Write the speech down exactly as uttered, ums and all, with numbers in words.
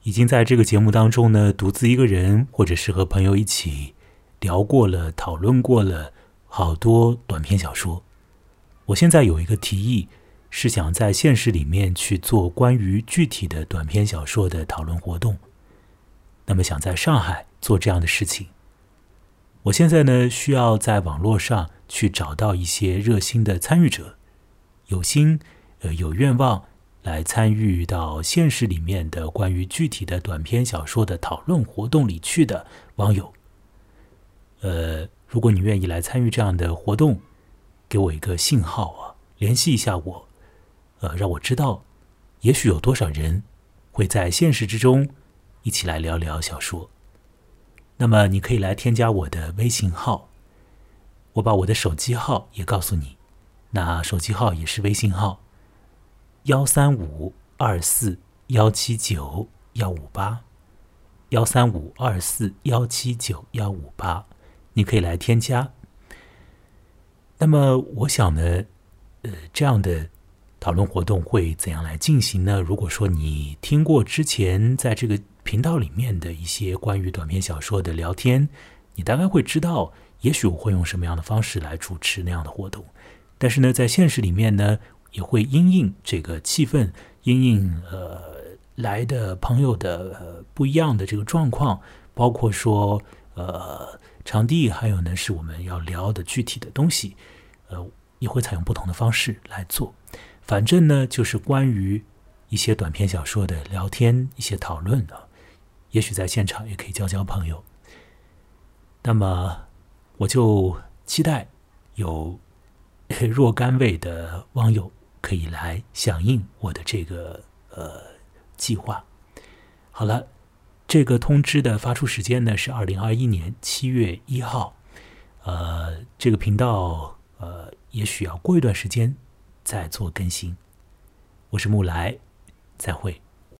已经在这个节目当中呢，独自一个人或者是和朋友一起聊过了、讨论过了好多短篇小说。我现在有一个提议，是想在现实里面去做关于具体的短篇小说的讨论活动。那么想在上海做这样的事情，我现在呢需要在网络上去找到一些热心的参与者，有心呃有愿望来参与到现实里面的关于具体的短篇小说的讨论活动里去的网友。呃，如果你愿意来参与这样的活动，给我一个信号啊，联系一下我，呃，让我知道，也许有多少人会在现实之中一起来聊聊小说。那么你可以来添加我的微信号，我把我的手机号也告诉你，那手机号也是微信号幺三五二四幺七九幺五八幺三五二四幺七九幺五八，你可以来添加。那么我想呢，呃，这样的讨论活动会怎样来进行呢？如果说你听过之前在这个频道里面的一些关于短篇小说的聊天，你大概会知道，也许我会用什么样的方式来主持那样的活动。但是呢，在现实里面呢，也会因应这个气氛，因应呃来的朋友的呃不一样的这个状况，包括说呃场地，还有呢是我们要聊的具体的东西，呃也会采用不同的方式来做。反正呢，就是关于一些短篇小说的聊天，一些讨论的，也许在现场也可以交交朋友。那么我就期待有若干位的网友可以来响应我的这个呃计划。好了，这个通知的发出时间呢是二零二一年七月一号。呃，这个频道呃也许要过一段时间再做更新。我是木来，再会。